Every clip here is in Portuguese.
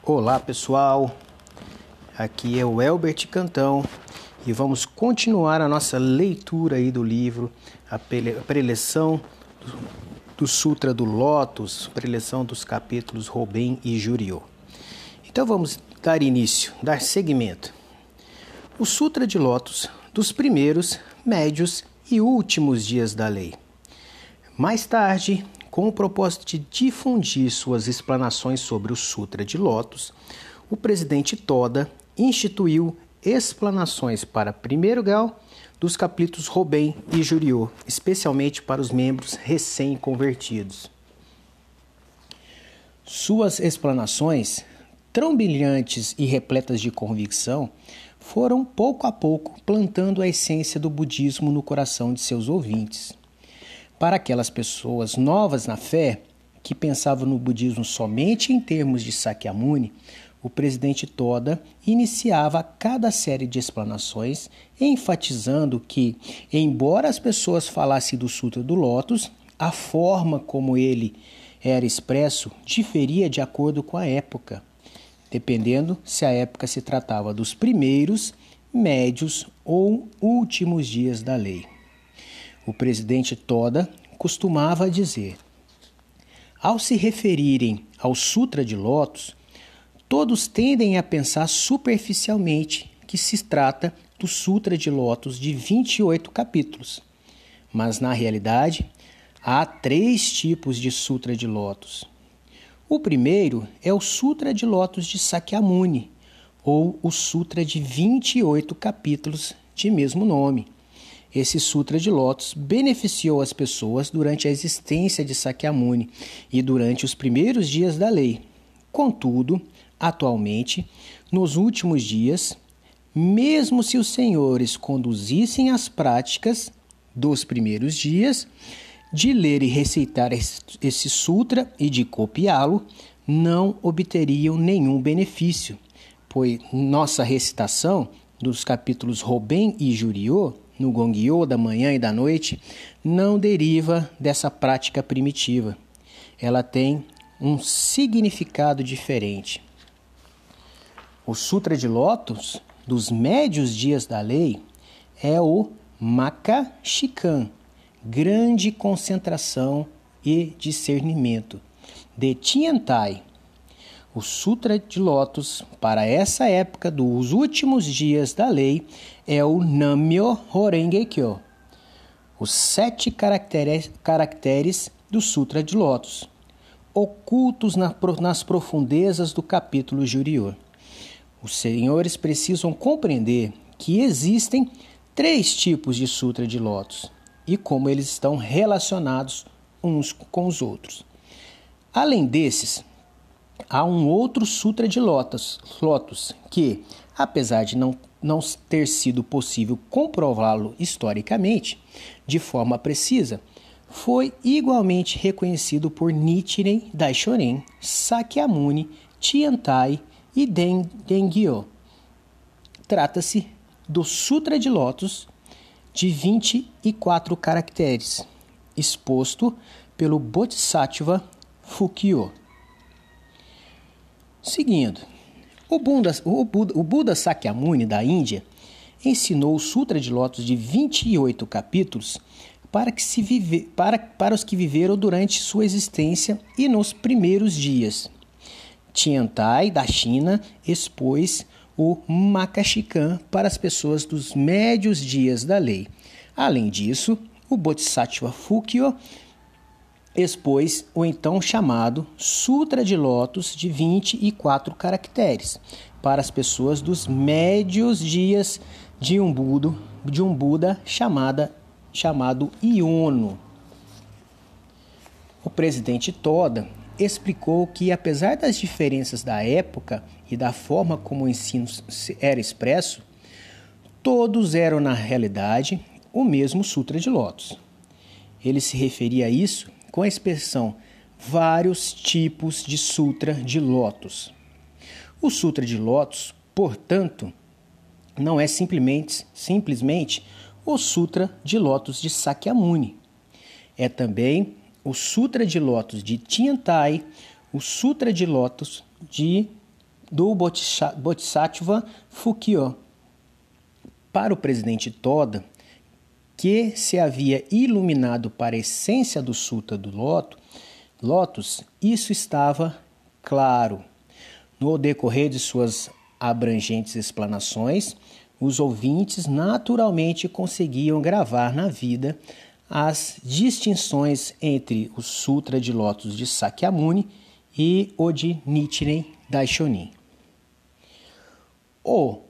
Olá pessoal, aqui é o Elbert Cantão e vamos continuar a nossa leitura aí do livro, a preleção do Sutra do Lótus, preleção dos capítulos Robin e Juriô. Então vamos dar seguimento. O Sutra de Lótus dos primeiros, médios e últimos dias da lei. Mais tarde, com o propósito de difundir suas explanações sobre o Sutra de Lótus, o presidente Toda instituiu explanações para primeiro grau dos capítulos Robin e Juriô, especialmente para os membros recém-convertidos. Suas explanações, tão brilhantes e repletas de convicção, foram pouco a pouco plantando a essência do budismo no coração de seus ouvintes. Para aquelas pessoas novas na fé, que pensavam no budismo somente em termos de Sakyamuni, o presidente Toda iniciava cada série de explanações, enfatizando que, embora as pessoas falassem do Sutra do Lótus, a forma como ele era expresso diferia de acordo com a época, dependendo se a época se tratava dos primeiros, médios ou últimos dias da lei. O presidente Toda costumava dizer: ao se referirem ao Sutra de Lótus, todos tendem a pensar superficialmente que se trata do Sutra de Lótus de 28 capítulos. Mas, na realidade, há 3 tipos de Sutra de Lótus. O primeiro é o Sutra de Lótus de Sakyamuni, ou o Sutra de 28 capítulos de mesmo nome. Esse Sutra de Lótus beneficiou as pessoas durante a existência de Sakyamuni e durante os primeiros dias da lei. Contudo, atualmente, nos últimos dias, mesmo se os senhores conduzissem as práticas dos primeiros dias, de ler e receitar esse sutra e de copiá-lo, não obteriam nenhum benefício, pois nossa recitação dos capítulos Robin e Juriô, no Gongyo da manhã e da noite, não deriva dessa prática primitiva. Ela tem um significado diferente. O Sutra de Lótus dos médios dias da lei é o Makka Shikan, grande concentração e discernimento, de Tiantai. O Sutra de Lótus, para essa época dos últimos dias da lei, é o Nammyo Renge Kyo, os 7 caracteres do Sutra de Lótus, ocultos nas profundezas do capítulo Juriô. Os senhores precisam compreender que existem 3 tipos de Sutra de Lótus e como eles estão relacionados uns com os outros. Além desses, há um outro Sutra de Lótus que, apesar de não ter sido possível comprová-lo historicamente, de forma precisa, foi igualmente reconhecido por Nichiren Daishonin, Sakyamuni, Tiantai e Dengyo. Trata-se do Sutra de Lótus de 24 caracteres, exposto pelo Bodhisattva Fukyo. Seguindo, o Buda Sakyamuni da Índia ensinou o Sutra de Lótus de 28 capítulos para os que viveram durante sua existência e nos primeiros dias. Tiantai, da China, expôs o Makka Shikan para as pessoas dos médios dias da lei. Além disso, o Bodhisattva Fukyo expôs o então chamado Sutra de Lótus de 24 caracteres para as pessoas dos médios dias de um Buda chamado Iono. O presidente Toda explicou que, apesar das diferenças da época e da forma como o ensino era expresso, todos eram, na realidade, o mesmo Sutra de Lótus. Ele se referia a isso com a expressão vários tipos de Sutra de Lótus. O Sutra de Lótus, portanto, não é simplesmente o Sutra de Lótus de Sakyamuni. É também o Sutra de Lótus de Tiantai, o Sutra de Lótus de do Bodhisattva Fukyo. Para o presidente Toda, que se havia iluminado para a essência do Sutra do Lótus, isso estava claro. No decorrer de suas abrangentes explanações, os ouvintes naturalmente conseguiam gravar na vida as distinções entre o Sutra de Lótus de Sakyamuni e o de Nichiren Daishonin. O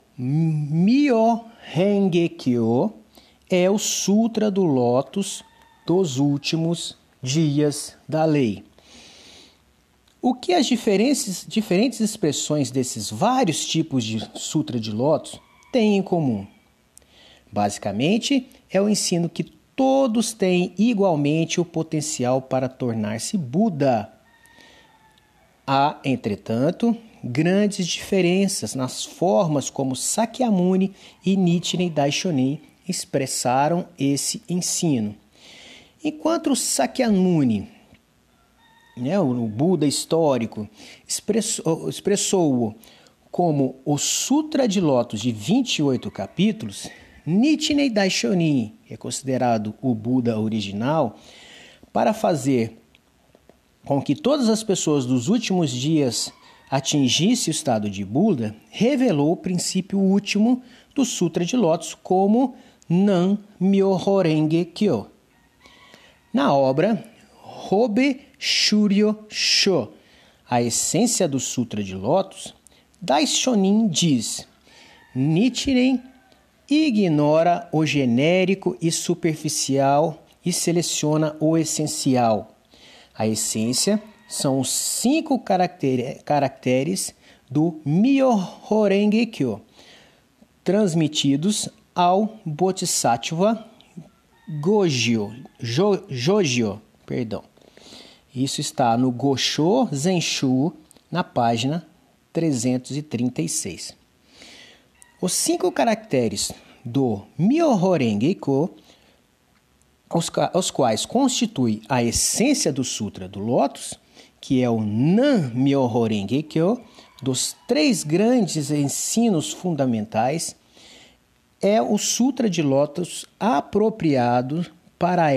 Myoho-renge-kyo é o Sutra do Lótus dos últimos dias da lei. O que as diferentes expressões desses vários tipos de Sutra de Lótus têm em comum? Basicamente, é o ensino que todos têm igualmente o potencial para tornar-se Buda. Há, entretanto, grandes diferenças nas formas como Sakyamuni e Nichiren Daishonin expressaram esse ensino. Enquanto Sakyamuni, o Buda histórico, expressou-o como o Sutra de Lótus de 28 capítulos, Nichiren Daishonin é considerado o Buda original para fazer com que todas as pessoas dos últimos dias atingissem o estado de Buda, revelou o princípio último do Sutra de Lótus como Nam-myoho-renge-kyo. Na obra Hobe Shuryo Sho, a essência do Sutra de Lótus, Daishonin diz: Nichiren ignora o genérico e superficial e seleciona o essencial. A essência são os 5 caracteres do Myoho-renge-kyo, transmitidos ao Bodhisattva Jogyo. Isso está no Gosho Zenshu, na página 336. Os 5 caracteres do Myoho-renge-kyo, os quais constituem a essência do Sutra do Lótus, que é o Nam-myoho-renge-kyo, dos 3 grandes ensinos fundamentais, é o Sutra de Lótus apropriado para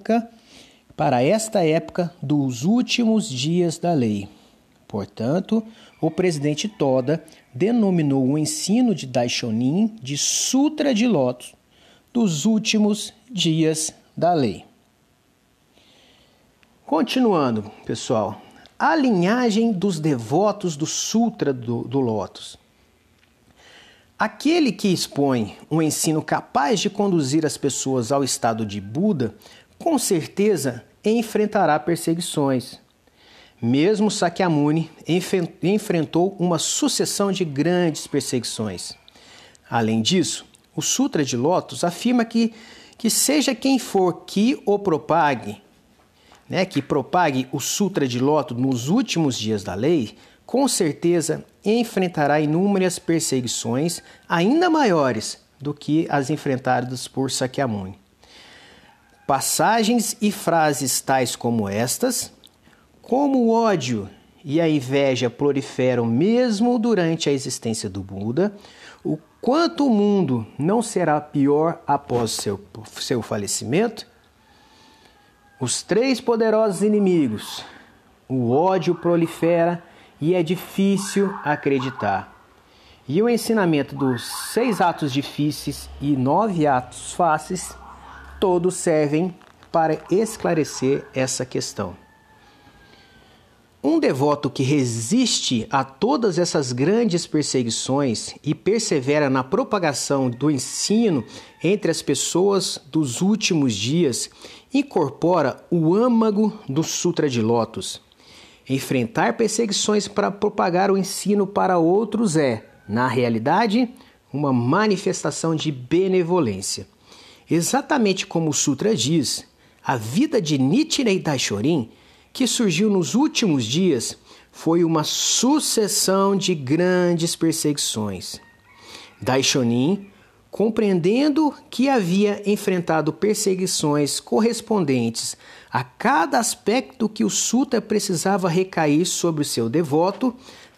esta época dos últimos dias da lei. Portanto, o presidente Toda denominou o ensino de Daishonin de Sutra de Lótus dos últimos dias da lei. Continuando, pessoal, a linhagem dos devotos do Sutra do Lótus. Aquele que expõe um ensino capaz de conduzir as pessoas ao estado de Buda, com certeza enfrentará perseguições. Mesmo Sakyamuni enfrentou uma sucessão de grandes perseguições. Além disso, o Sutra de Lótus afirma que seja quem for que o propague, que propague o Sutra de Lótus nos últimos dias da lei, com certeza enfrentará inúmeras perseguições ainda maiores do que as enfrentadas por Sakyamuni. Passagens e frases tais como estas: como o ódio e a inveja proliferam mesmo durante a existência do Buda, o quanto o mundo não será pior após seu falecimento? Os 3 poderosos inimigos. O ódio prolifera e é difícil acreditar. E o ensinamento dos 6 atos difíceis e 9 atos fáceis, todos servem para esclarecer essa questão. Um devoto que resiste a todas essas grandes perseguições e persevera na propagação do ensino entre as pessoas dos últimos dias, incorpora o âmago do Sutra de Lótus. Enfrentar perseguições para propagar o ensino para outros é, na realidade, uma manifestação de benevolência. Exatamente como o Sutra diz, a vida de Nichiren Daishonin, que surgiu nos últimos dias, foi uma sucessão de grandes perseguições. Daishonin, compreendendo que havia enfrentado perseguições correspondentes a cada aspecto que o Sutra precisava recair sobre o seu devoto,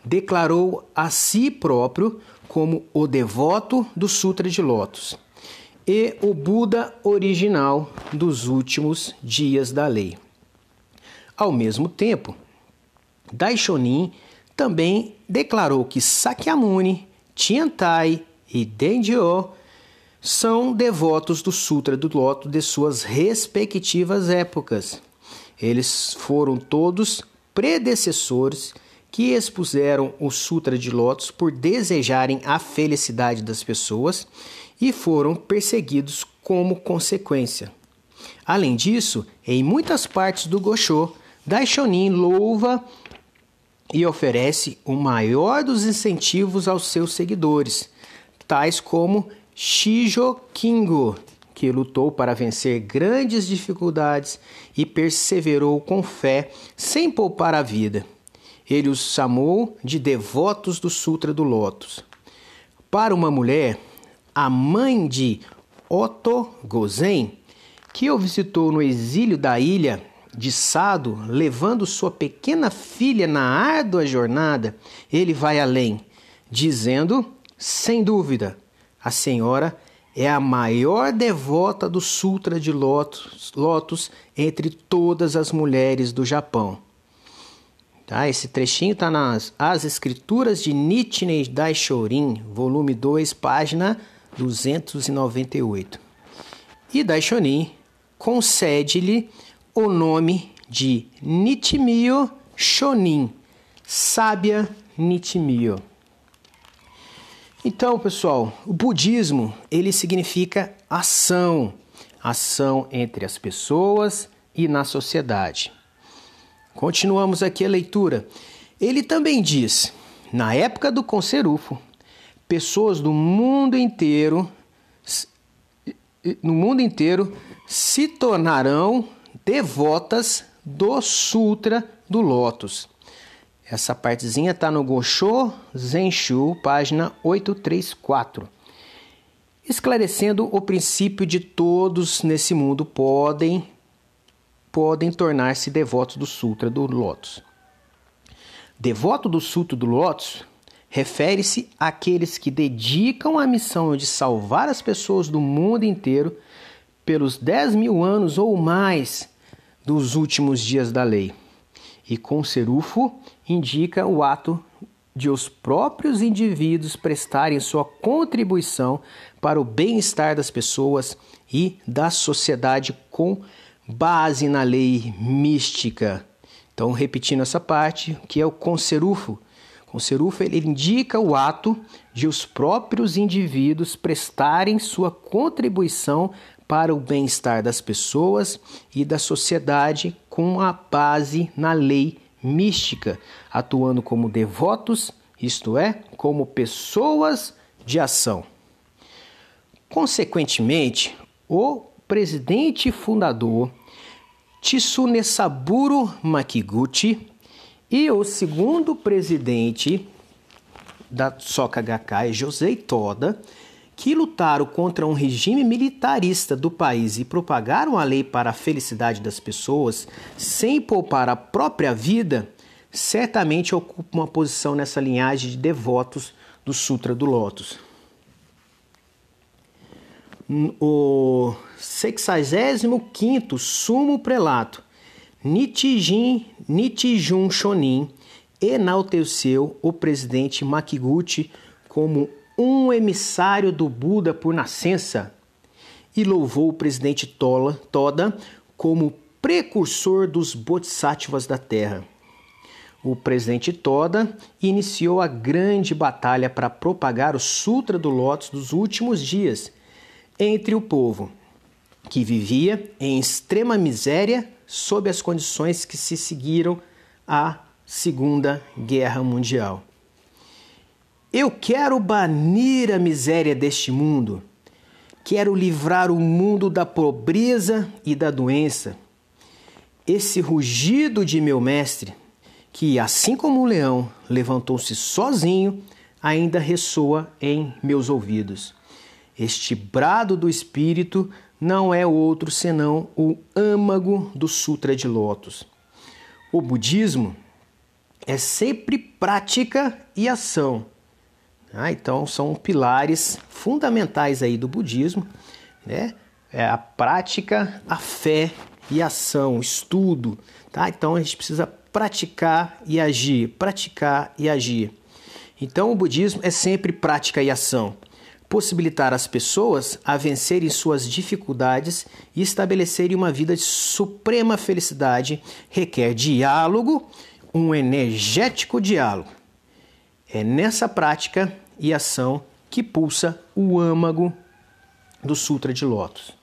declarou a si próprio como o devoto do Sutra de Lótus e o Buda original dos últimos dias da lei. Ao mesmo tempo, Daishonin também declarou que Sakyamuni, Tiantai e Denjio são devotos do Sutra do Lótus de suas respectivas épocas. Eles foram todos predecessores que expuseram o Sutra de Lótus por desejarem a felicidade das pessoas e foram perseguidos como consequência. Além disso, em muitas partes do Gosho, Daishonin louva e oferece o maior dos incentivos aos seus seguidores, tais como Shijo Kingo, que lutou para vencer grandes dificuldades e perseverou com fé sem poupar a vida. Ele os chamou de devotos do Sutra do Lótus. Para uma mulher, a mãe de Otto Gozen, que o visitou no exílio da ilha de Sado, levando sua pequena filha na árdua jornada, ele vai além, dizendo, sem dúvida, a senhora é a maior devota do Sutra de Lótus entre todas as mulheres do Japão. Tá? Esse trechinho está nas As Escrituras de Nichiren Daishonin, volume 2, página 298. E Daishonin concede-lhe o nome de Nichimyo Shonin, sábia Nichimyo. Então, pessoal, o budismo, ele significa ação entre as pessoas e na sociedade. Continuamos aqui a leitura. Ele também diz, na época do Conserufo, pessoas do mundo inteiro se tornarão devotas do Sutra do Lótus. Essa partezinha está no Gosho Zenshu, página 834. Esclarecendo o princípio de todos nesse mundo podem tornar-se devotos do Sutra do Lótus. Devoto do Sutra do Lótus refere-se àqueles que dedicam a missão de salvar as pessoas do mundo inteiro pelos 10.000 anos ou mais dos últimos dias da lei. E Conserufo indica o ato de os próprios indivíduos prestarem sua contribuição para o bem-estar das pessoas e da sociedade com base na lei mística. Então, repetindo essa parte, que é o Conserufo. Conserufo, ele indica o ato de os próprios indivíduos prestarem sua contribuição para o bem-estar das pessoas e da sociedade com a base na lei mística, atuando como devotos, isto é, como pessoas de ação. Consequentemente, o presidente fundador Tsunesaburo Makiguchi e o segundo presidente da Soka Gakkai, Josei Toda, que lutaram contra um regime militarista do país e propagaram a lei para a felicidade das pessoas sem poupar a própria vida, certamente ocupam uma posição nessa linhagem de devotos do Sutra do Lótus. O 65º Sumo Prelato Nichijun Shonin enalteceu o presidente Makiguchi como um emissário do Buda por nascença e louvou o presidente Toda como precursor dos Bodhisattvas da Terra. O presidente Toda iniciou a grande batalha para propagar o Sutra do Lótus dos últimos dias entre o povo, que vivia em extrema miséria sob as condições que se seguiram à Segunda Guerra Mundial. Eu quero banir a miséria deste mundo. Quero livrar o mundo da pobreza e da doença. Esse rugido de meu mestre, que, assim como um leão, levantou-se sozinho, ainda ressoa em meus ouvidos. Este brado do espírito não é outro senão o âmago do Sutra de Lótus. O budismo é sempre prática e ação. Então, são pilares fundamentais aí do budismo, né? É a prática, a fé e a ação, o estudo. Tá? Então, a gente precisa praticar e agir, praticar e agir. Então, o budismo é sempre prática e ação. Possibilitar as pessoas a vencerem suas dificuldades e estabelecerem uma vida de suprema felicidade requer diálogo, um energético diálogo. É nessa prática e ação que pulsa o âmago do Sutra de Lótus.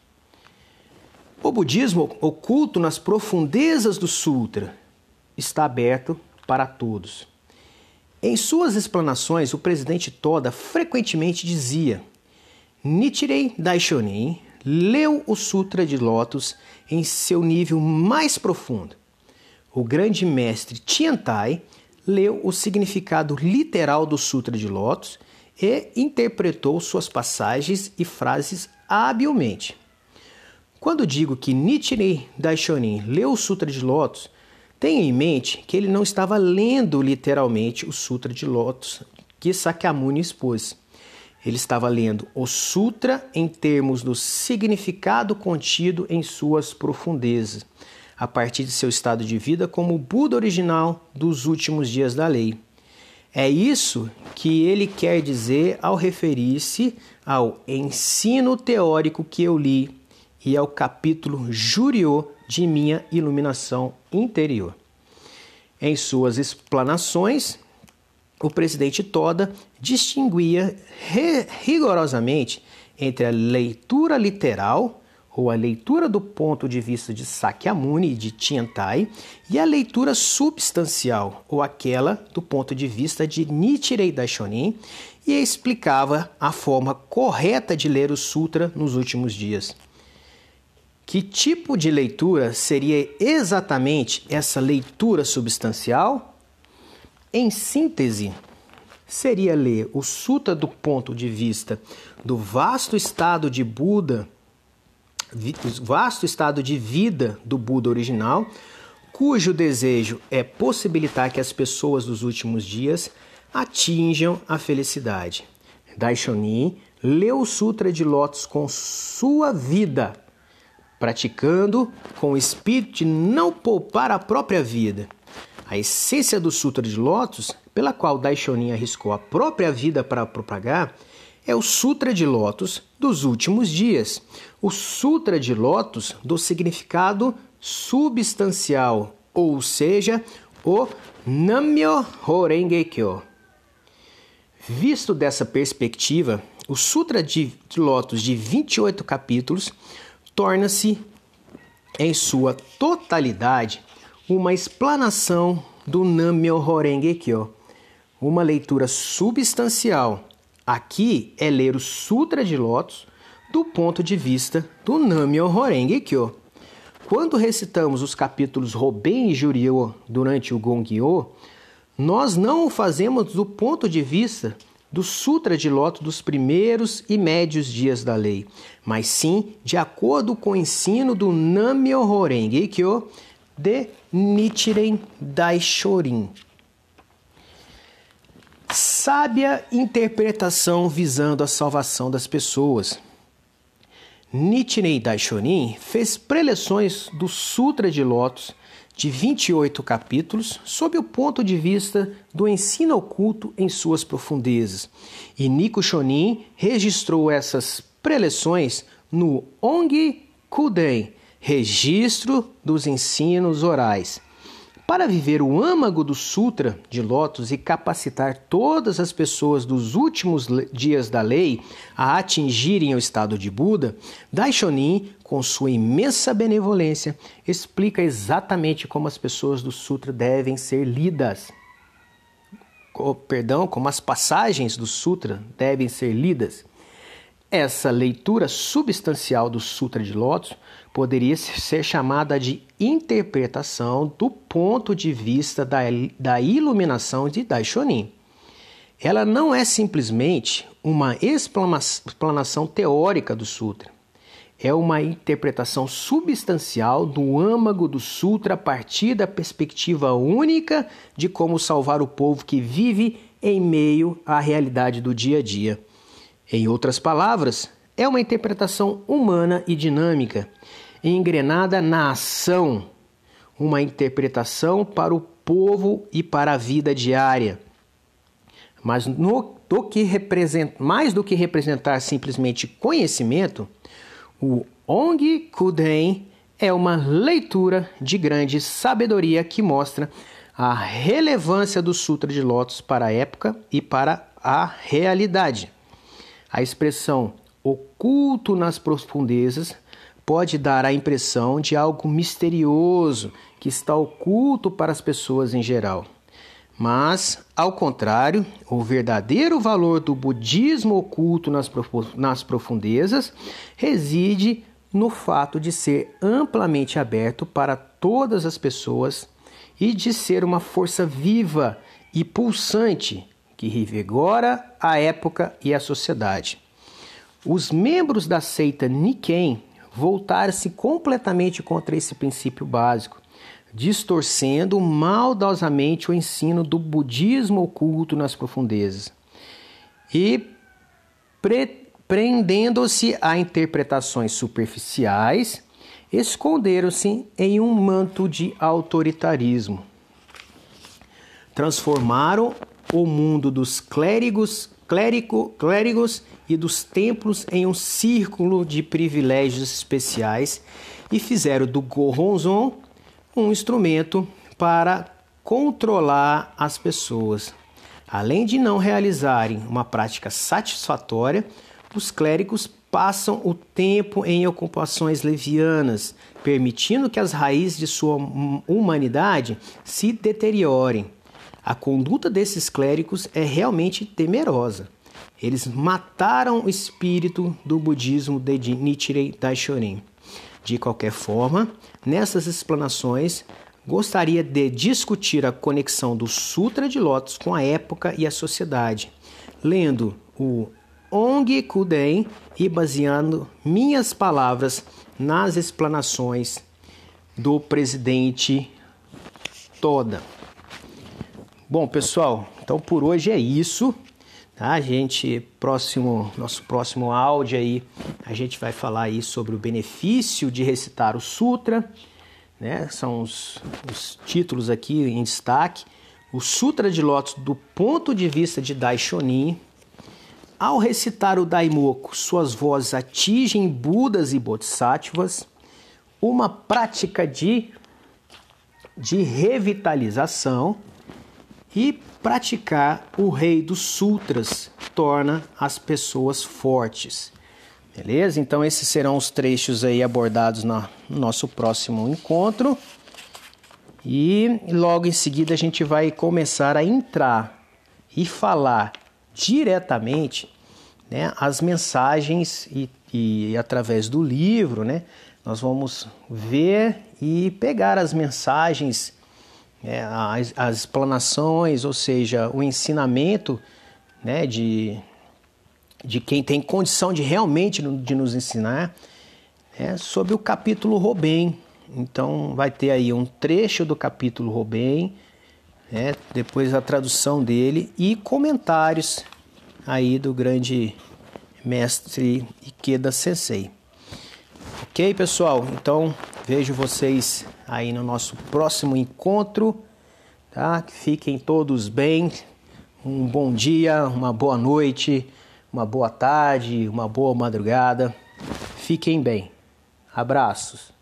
O budismo, oculto nas profundezas do Sutra, está aberto para todos. Em suas explanações, o presidente Toda frequentemente dizia: Nichiren Daishonin leu o Sutra de Lótus em seu nível mais profundo. O grande mestre Tiantai leu o significado literal do Sutra de Lótus e interpretou suas passagens e frases habilmente. Quando digo que Nichiren Daishonin leu o Sutra de Lótus, tenha em mente que ele não estava lendo literalmente o Sutra de Lótus que Sakyamuni expôs. Ele estava lendo o Sutra em termos do significado contido em suas profundezas, a partir de seu estado de vida como o Buda original dos últimos dias da lei. É isso que ele quer dizer ao referir-se ao ensino teórico que eu li e ao capítulo Juryo de minha iluminação interior. Em suas explanações, o presidente Toda distinguia rigorosamente entre a leitura literal, ou a leitura do ponto de vista de Sakyamuni e de Tiantai, e a leitura substancial, ou aquela do ponto de vista de Nichiren Daishonin, e explicava a forma correta de ler o Sutra nos últimos dias. Que tipo de leitura seria exatamente essa leitura substancial? Em síntese, seria ler o Sutra do ponto de vista do vasto estado de vida do Buda original, cujo desejo é possibilitar que as pessoas dos últimos dias atinjam a felicidade. Daishonin leu o Sutra de Lótus com sua vida, praticando com o espírito de não poupar a própria vida. A essência do Sutra de Lótus, pela qual Daishonin arriscou a própria vida para propagar, é o Sutra de Lótus dos últimos dias, o Sutra de Lótus do significado substancial, ou seja, o Nam-myoho Renge-kyo. Visto dessa perspectiva, o Sutra de Lótus de 28 capítulos torna-se, em sua totalidade, uma explanação do Nam-myoho Renge-kyo, uma leitura substancial. Aqui é ler o Sutra de Lótus do ponto de vista do Nam-myoho Renge-kyo. Quando recitamos os capítulos Roben e Juryo durante o Gongyo, nós não o fazemos do ponto de vista do Sutra de Lótus dos primeiros e médios dias da lei, mas sim de acordo com o ensino do Nam-myoho Renge-kyo de Nichiren Daishonin. Sábia interpretação visando a salvação das pessoas. Nichiren Daishonin fez preleções do Sutra de Lótus de 28 capítulos sob o ponto de vista do ensino oculto em suas profundezas. E Nico Shonin registrou essas preleções no Ongi Kuden, registro dos ensinos orais. Para viver o âmago do Sutra de Lótus e capacitar todas as pessoas dos últimos dias da lei a atingirem o estado de Buda, Daishonin, com sua imensa benevolência, explica exatamente como as pessoas do Sutra devem ser lidas. Como as passagens do Sutra devem ser lidas. Essa leitura substancial do Sutra de Lótus poderia ser chamada de interpretação do ponto de vista da iluminação de Daishonin. Ela não é simplesmente uma explanação teórica do Sutra. é uma interpretação substancial do âmago do Sutra a partir da perspectiva única de como salvar o povo que vive em meio à realidade do dia a dia. Em outras palavras, é uma interpretação humana e dinâmica, engrenada na ação, uma interpretação para o povo e para a vida diária. Mas mais do que representar simplesmente conhecimento, o Ong Kuden é uma leitura de grande sabedoria que mostra a relevância do Sutra de Lótus para a época e para a realidade. A expressão oculto nas profundezas pode dar a impressão de algo misterioso que está oculto para as pessoas em geral. Mas, ao contrário, o verdadeiro valor do budismo oculto nas profundezas reside no fato de ser amplamente aberto para todas as pessoas e de ser uma força viva e pulsante que revigora a época e a sociedade. Os membros da seita Nikken voltaram-se completamente contra esse princípio básico, distorcendo maldosamente o ensino do budismo oculto nas profundezas e prendendo-se a interpretações superficiais, esconderam-se em um manto de autoritarismo. Transformaram o mundo dos clérigos e dos templos em um círculo de privilégios especiais e fizeram do Gohonzon um instrumento para controlar as pessoas. Além de não realizarem uma prática satisfatória, os clérigos passam o tempo em ocupações levianas, permitindo que as raízes de sua humanidade se deteriorem. A conduta desses clérigos é realmente temerosa. Eles mataram o espírito do budismo de Nichiren Daishonin. De qualquer forma, nessas explanações, gostaria de discutir a conexão do Sutra de Lótus com a época e a sociedade, lendo o Ong Kuden e baseando minhas palavras nas explanações do presidente Toda. Bom, pessoal, então por hoje é isso. Tá? Nosso próximo áudio aí, a gente vai falar aí sobre o benefício de recitar o Sutra, né? São os títulos aqui em destaque. O Sutra de Lótus do ponto de vista de Daishonin. Ao recitar o Daimoku, suas vozes atingem Budas e Bodhisattvas. Uma prática de revitalização. E praticar o Rei dos Sutras torna as pessoas fortes. Beleza? Então esses serão os trechos aí abordados no nosso próximo encontro. E logo em seguida a gente vai começar a entrar e falar diretamente, né, as mensagens e através do livro, né, nós vamos ver e pegar as mensagens, as explanações, ou seja, o ensinamento, né, de quem tem condição de realmente de nos ensinar, sobre o capítulo Robem. Então vai ter aí um trecho do capítulo Robem, depois a tradução dele e comentários aí do grande mestre Ikeda Sensei. Ok, pessoal? Então vejo vocês aí no nosso próximo encontro, tá? Fiquem todos bem, um bom dia, uma boa noite, uma boa tarde, uma boa madrugada. Fiquem bem. Abraços.